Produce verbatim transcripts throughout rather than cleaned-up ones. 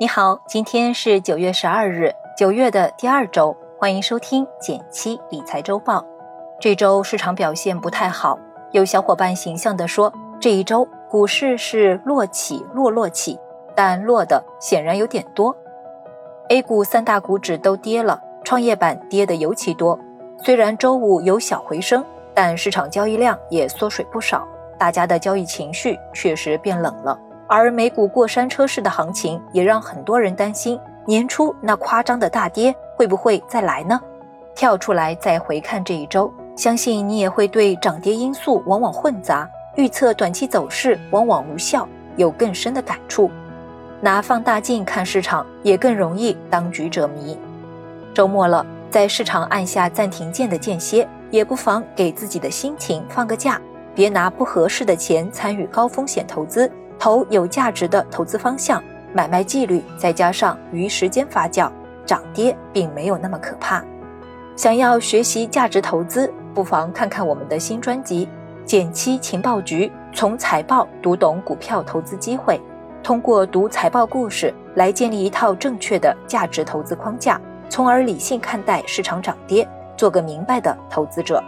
你好，今天是九月十二日，九月的第二周，欢迎收听减七理财周报。这周市场表现不太好，有小伙伴形象地说，这一周股市是落起落落起，但落的显然有点多。A 股三大股指都跌了，创业板跌得尤其多。虽然周五有小回升，但市场交易量也缩水不少，大家的交易情绪确实变冷了。而美股过山车式的行情也让很多人担心，年初那夸张的大跌会不会再来呢？跳出来再回看这一周，相信你也会对涨跌因素往往混杂，预测短期走势往往无效，有更深的感触。拿放大镜看市场，也更容易当局者迷。周末了，在市场按下暂停键的间歇，也不妨给自己的心情放个假，别拿不合适的钱参与高风险投资，投有价值的投资方向，买卖纪律再加上与时间发酵，涨跌并没有那么可怕。想要学习价值投资，不妨看看我们的新专辑减七情报局，从财报读懂股票投资机会，通过读财报故事来建立一套正确的价值投资框架，从而理性看待市场涨跌，做个明白的投资者。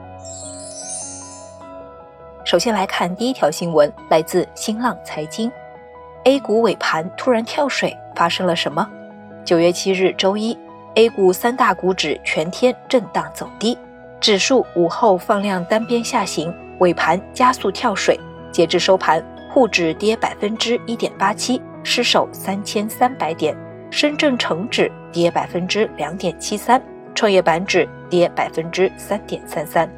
首先来看第一条新闻，来自新浪财经。 A 股尾盘突然跳水，发生了什么？九月七日周一， A 股三大股指全天震荡走低，指数午后放量单边下行，尾盘加速跳水，截至收盘，沪指跌 百分之一点八七， 失守三千三百点，深圳成指跌 百分之二点七三， 创业板指跌 百分之三点三三。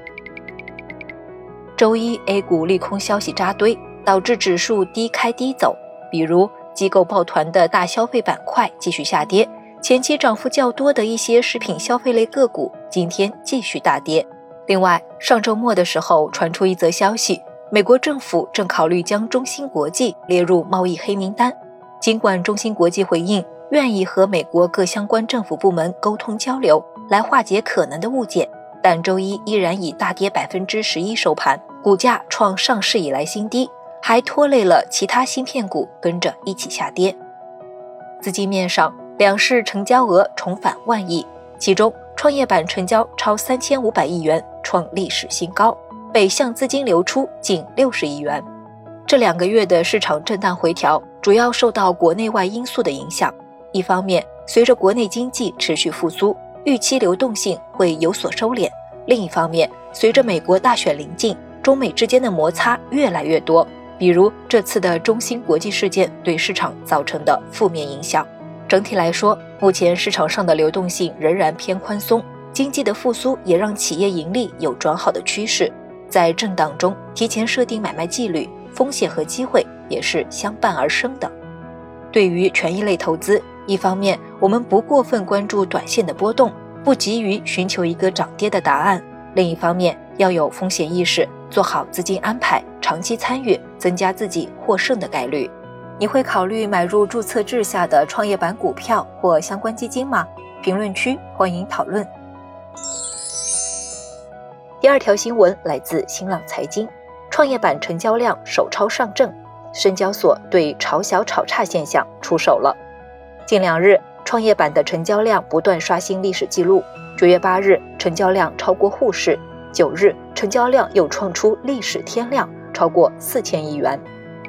周一 A 股利空消息扎堆，导致指数低开低走，比如机构抱团的大消费板块继续下跌，前期涨幅较多的一些食品消费类个股今天继续大跌。另外，上周末的时候传出一则消息，美国政府正考虑将中芯国际列入贸易黑名单。尽管中芯国际回应愿意和美国各相关政府部门沟通交流，来化解可能的误解，但周一依然以大跌 百分之十一 收盘，股价创上市以来新低，还拖累了其他芯片股跟着一起下跌。资金面上，两市成交额重返万亿，其中创业板成交超三千五百亿元，创历史新高，北向资金流出近六十亿元。这两个月的市场震荡回调，主要受到国内外因素的影响。一方面，随着国内经济持续复苏，预期流动性会有所收敛；另一方面，随着美国大选临近，中美之间的摩擦越来越多，比如这次的中芯国际事件对市场造成的负面影响。整体来说，目前市场上的流动性仍然偏宽松，经济的复苏也让企业盈利有转好的趋势。在震荡中提前设定买卖纪律，风险和机会也是相伴而生的。对于权益类投资，一方面我们不过分关注短线的波动，不急于寻求一个涨跌的答案；另一方面要有风险意识，做好资金安排，长期参与，增加自己获胜的概率。你会考虑买入注册制下的创业板股票或相关基金吗？评论区欢迎讨论。第二条新闻来自新浪财经，创业板成交量首超上证，深交所对炒小炒差现象出手了。近两日，创业板的成交量不断刷新历史记录，九月八日成交量超过沪市，九日成交量又创出历史天量，超过四千亿元。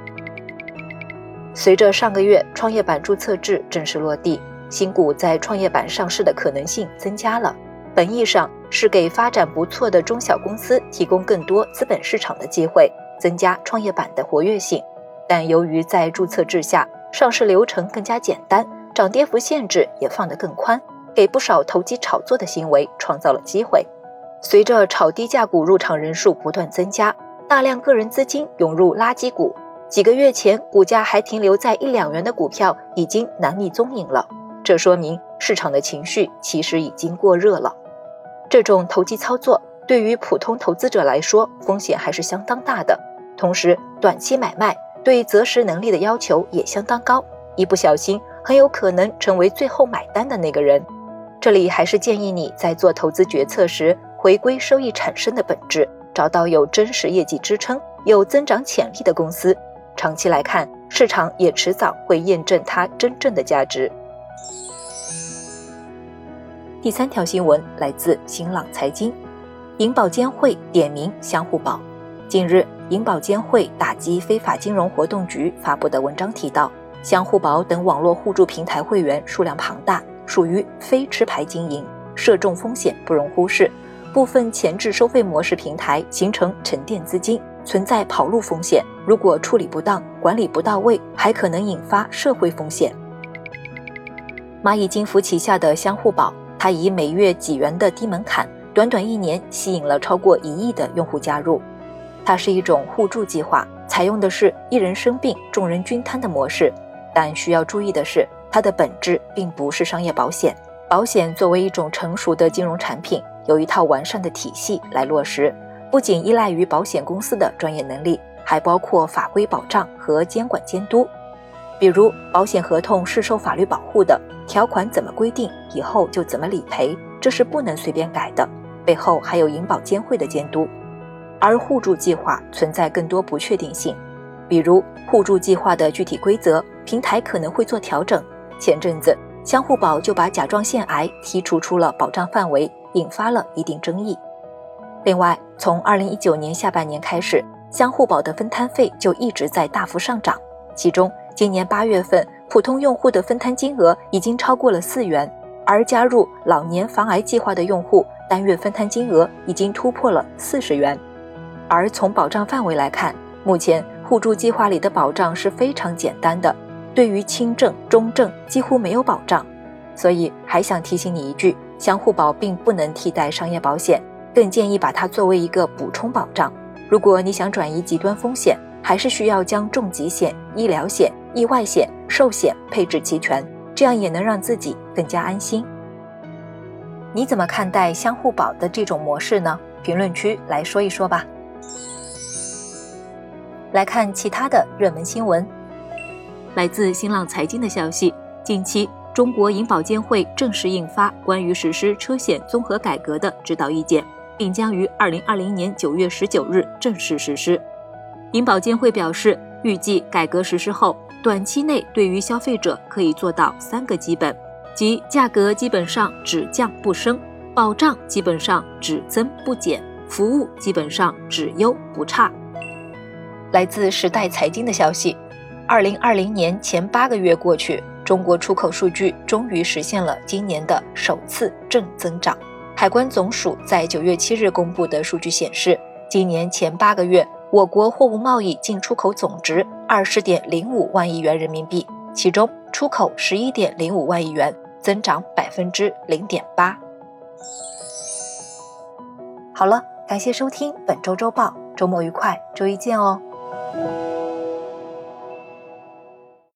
随着上个月创业板注册制正式落地，新股在创业板上市的可能性增加了，本意上是给发展不错的中小公司提供更多资本市场的机会，增加创业板的活跃性。但由于在注册制下，上市流程更加简单，涨跌幅限制也放得更宽，给不少投机炒作的行为创造了机会。随着炒低价股入场人数不断增加，大量个人资金涌入垃圾股，几个月前股价还停留在一两元的股票已经难觅踪影了，这说明市场的情绪其实已经过热了。这种投机操作对于普通投资者来说风险还是相当大的，同时短期买卖对择时能力的要求也相当高，一不小心很有可能成为最后买单的那个人。这里还是建议你在做投资决策时回归收益产生的本质，找到有真实业绩支撑、有增长潜力的公司。长期来看， 市场也迟早会验证它真正的价值。第三条新闻来自新浪财经，银保监会点名相互保。近日，银保监会打击非法金融活动局发布的文章提到，相互保等网络互助平台会员数量庞大，属于非持牌经营，涉众风险不容忽视。部分前置收费模式平台形成沉淀资金，存在跑路风险，如果处理不当、管理不到位，还可能引发社会风险。蚂蚁金服旗下的相互保，它以每月几元的低门槛，短短一年吸引了超过一亿的用户加入。它是一种互助计划，采用的是一人生病众人均摊的模式，但需要注意的是，它的本质并不是商业保险。保险作为一种成熟的金融产品，有一套完善的体系来落实，不仅依赖于保险公司的专业能力，还包括法规保障和监管监督。比如保险合同是受法律保护的，条款怎么规定，以后就怎么理赔，这是不能随便改的，背后还有银保监会的监督。而互助计划存在更多不确定性，比如互助计划的具体规则，平台可能会做调整。前阵子相互保就把甲状腺癌剔除出了保障范围，引发了一定争议。另外，从二零一九年下半年开始，相互保的分摊费就一直在大幅上涨，其中今年八月份普通用户的分摊金额已经超过了四元，而加入老年防癌计划的用户单月分摊金额已经突破了四十元。而从保障范围来看，目前互助计划里的保障是非常简单的，对于轻症、中症几乎没有保障。所以还想提醒你一句，相互保并不能替代商业保险，更建议把它作为一个补充保障。如果你想转移极端风险，还是需要将重疾险、医疗险、意外险、寿险配置齐全，这样也能让自己更加安心。你怎么看待相互保的这种模式呢？评论区来说一说吧。来看其他的热门新闻。来自新浪财经的消息，近期中国银保监会正式印发关于实施车险综合改革的指导意见，并将于二零二零年九月十九日正式实施。银保监会表示，预计改革实施后，短期内对于消费者可以做到三个基本，即价格基本上只降不升，保障基本上只增不减，服务基本上只优不差。来自时代财经的消息，二零二零年前八个月过去，中国出口数据终于实现了今年的首次正增长。海关总署在九月七日公布的数据显示，今年前八个月，我国货物贸易进出口总值二十点零五万亿元人民币，其中出口十一点零五万亿元，增长百分之零点八。好了，感谢收听本周周报，周末愉快，周一见哦。